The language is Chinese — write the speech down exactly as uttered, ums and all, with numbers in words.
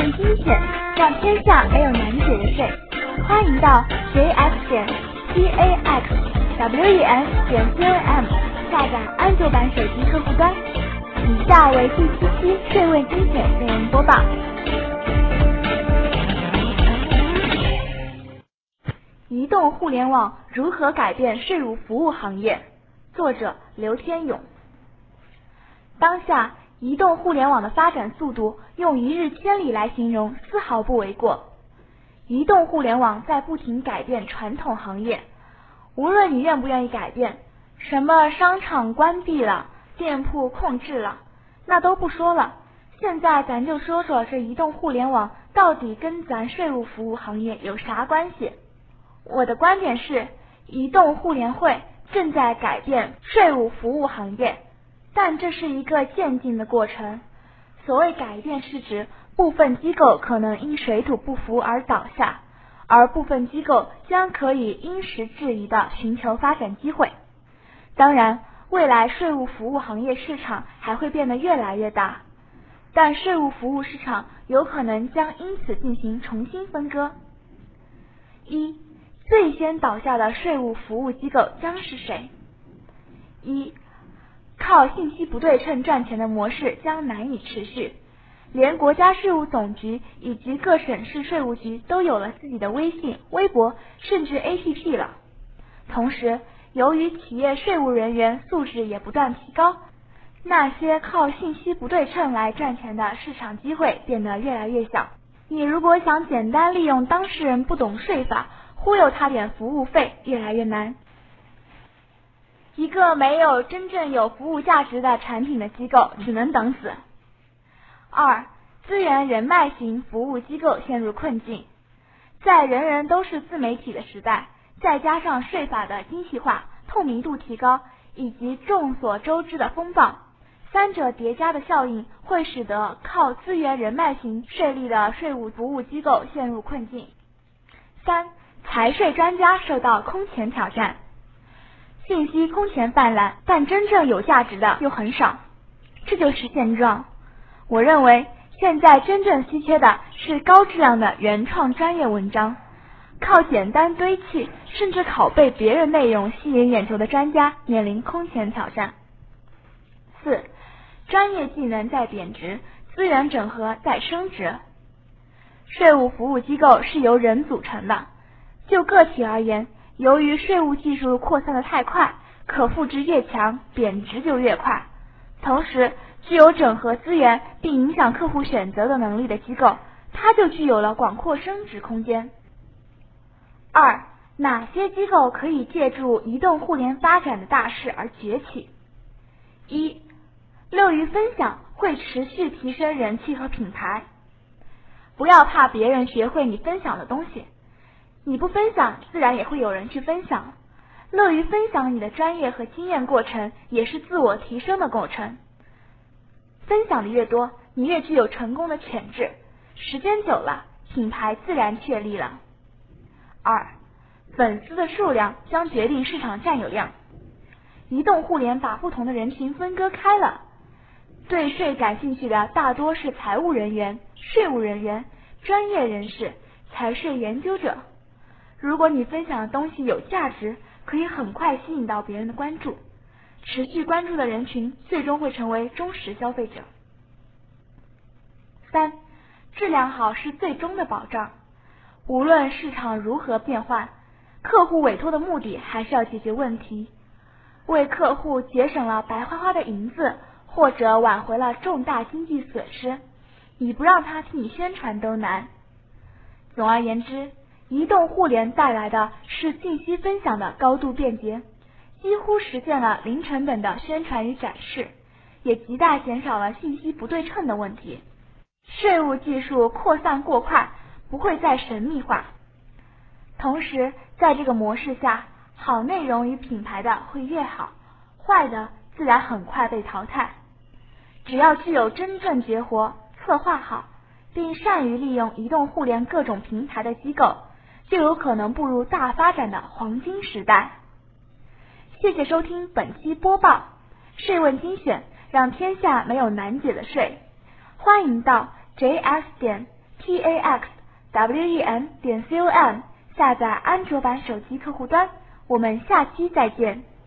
问精选，让天下没有难解的税。欢迎到 J X 点 T A X W E S 点 C O M 下载安卓版手机客户端。以下为第七期税问精选内容播报。移动互联网如何改变税务服务行业？作者刘天勇。当下移动互联网的发展速度用一日千里来形容丝毫不为过。移动互联网在不停改变传统行业，无论你愿不愿意改变，什么商场关闭了，店铺控制了，那都不说了。现在咱就说说这移动互联网到底跟咱税务服务行业有啥关系？我的观点是，移动互联会正在改变税务服务行业，但这是一个渐进的过程。所谓改变是指部分机构可能因水土不服而倒下，而部分机构将可以因时制宜地寻求发展机会。当然，未来税务服务行业市场还会变得越来越大，但税务服务市场有可能将因此进行重新分割。一、最先倒下的税务服务机构将是谁？一、靠信息不对称赚钱的模式将难以持续，连国家税务总局以及各省市税务局都有了自己的微信、微博，甚至 A P P 了。同时，由于企业税务人员素质也不断提高，那些靠信息不对称来赚钱的市场机会变得越来越小。你如果想简单利用当事人不懂税法，忽悠他点服务费，越来越难。一个没有真正有服务价值的产品的机构只能等死。二、资源人脉型服务机构陷入困境。在人人都是自媒体的时代，再加上税法的精细化、透明度提高，以及众所周知的风暴，三者叠加的效应会使得靠资源人脉型税率的税务服务机构陷入困境。三、财税专家受到空前挑战。信息空前泛滥，但真正有价值的又很少，这就是现状。我认为现在真正稀缺的是高质量的原创专业文章，靠简单堆砌甚至拷贝别人内容吸引眼球的专家面临空前挑战。四、专业技能在贬值，资源整合在升值。税务服务机构是由人组成的，就个体而言，由于税务技术扩散的太快，可复制越强，贬值就越快。同时，具有整合资源并影响客户选择的能力的机构，它就具有了广阔升值空间。二、哪些机构可以借助移动互联发展的大势而崛起？一、乐于分享会持续提升人气和品牌。不要怕别人学会你分享的东西，你不分享，自然也会有人去分享。乐于分享你的专业和经验过程，也是自我提升的过程。分享的越多，你越具有成功的潜质，时间久了，品牌自然确立了。二、粉丝的数量将决定市场占有量。移动互联把不同的人群分割开了，对税感兴趣的大多是财务人员、税务人员、专业人士、财税研究者。如果你分享的东西有价值，可以很快吸引到别人的关注，持续关注的人群最终会成为忠实消费者。三、质量好是最终的保障。无论市场如何变换，客户委托的目的还是要解决问题，为客户节省了白花花的银子，或者挽回了重大经济损失，你不让他替你宣传都难。总而言之，移动互联带来的是信息分享的高度便捷，几乎实现了零成本的宣传与展示，也极大减少了信息不对称的问题。税务技术扩散过快，不会再神秘化。同时，在这个模式下，好内容与品牌的会越好，坏的自然很快被淘汰。只要具有真正绝活、策划好，并善于利用移动互联各种平台的机构，就有可能步入大发展的黄金时代。谢谢收听本期播报，税问精选，让天下没有难解的税。欢迎到 J S 点 t a x w e n 点 com 下载安卓版手机客户端。我们下期再见。